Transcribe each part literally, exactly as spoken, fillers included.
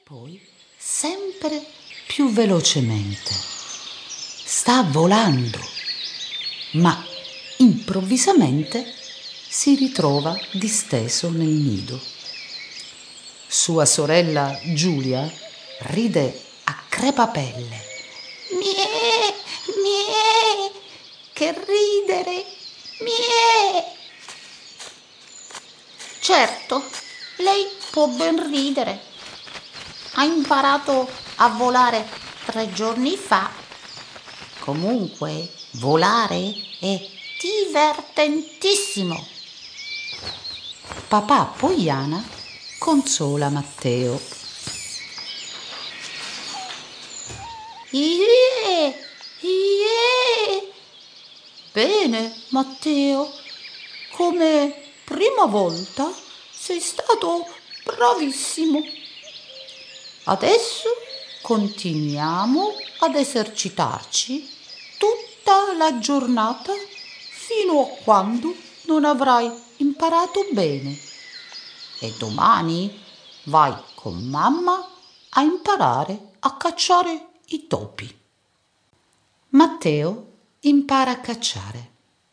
poi sempre più velocemente. Sta volando, ma improvvisamente si ritrova disteso nel nido. Sua sorella Giulia ride a crepapelle. Mie, mie, che ridere, mie. Certo, lei può ben ridere. Ha imparato a volare tre giorni fa. Comunque, volare è divertentissimo. Papà Poiana consola Matteo. Ie, ie. Bene, Matteo, come prima volta sei stato bravissimo. Adesso continuiamo ad esercitarci tutta la giornata fino a quando non avrai imparato bene. E domani vai con mamma a imparare a cacciare i topi. Matteo impara a cacciare.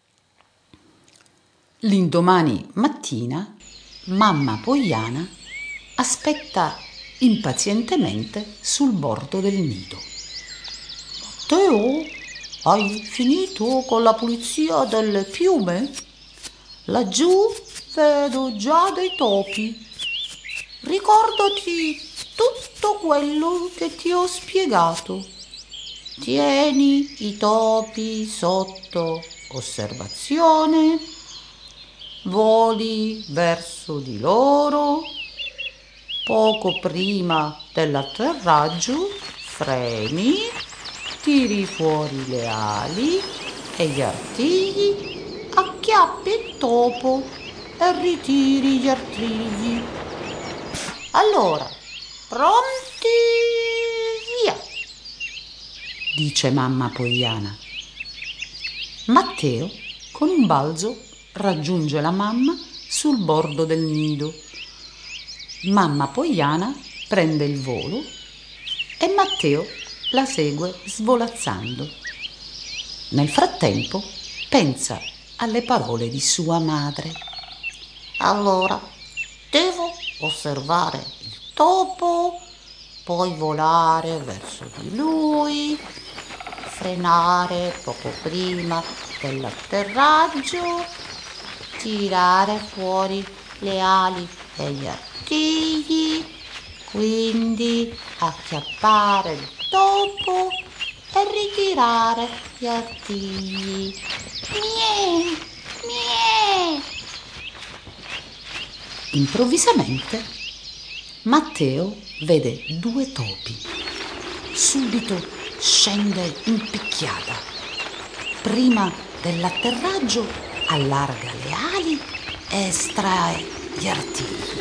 L'indomani mattina mamma Poiana aspetta impazientemente sul bordo del nido. Matteo, hai finito con la pulizia delle piume? Laggiù vedo già dei topi. Ricordati tutto quello che ti ho spiegato. Tieni i topi sotto osservazione, voli verso di loro, poco prima dell'atterraggio freni, tiri fuori le ali e gli artigli, acchiappi il topo e ritiri gli artigli. Allora, pronti, via! Dice mamma Poiana. Matteo, con un balzo, raggiunge la mamma sul bordo del nido. Mamma Poiana prende il volo e Matteo la segue svolazzando. Nel frattempo pensa alle parole di sua madre. Allora, devo osservare il topo, poi volare verso di lui, frenare poco prima dell'atterraggio, tirare fuori le ali e gli artigli, quindi acchiappare il topo e ritirare gli artigli. Mie, mie. Improvvisamente Matteo vede due topi. Subito scende in picchiata. Prima dell'atterraggio allarga le ali e estrae gli artigli.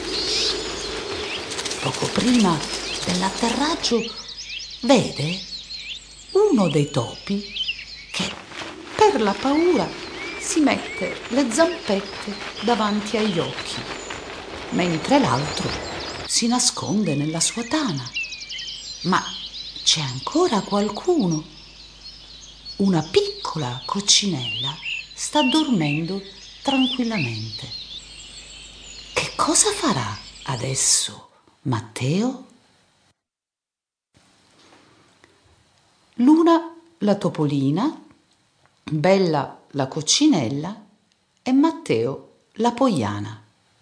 Poco prima dell'atterraggio vede uno dei topi che, per la paura, si mette le zampette davanti agli occhi, mentre l'altro si nasconde nella sua tana. Ma c'è ancora qualcuno. Una piccola coccinella sta dormendo tranquillamente. Che cosa farà adesso Matteo? Luna la topolina, Bella la coccinella e Matteo la Poiana.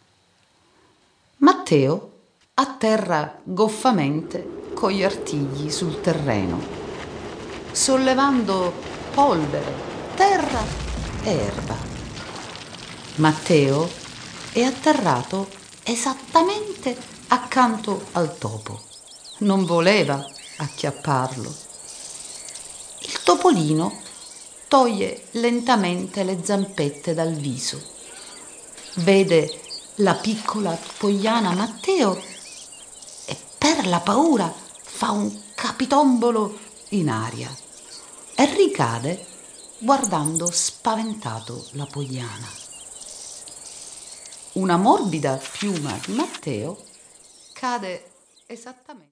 Matteo atterra goffamente con gli artigli sul terreno, sollevando polvere, terra e erba. Matteo è atterrato esattamente accanto al topo. Non voleva acchiapparlo. Il topolino toglie lentamente le zampette dal viso. Vede la piccola Poiana Matteo e per la paura fa un capitombolo in aria e ricade guardando spaventato la Poiana. Una morbida piuma di Matteo cade esattamente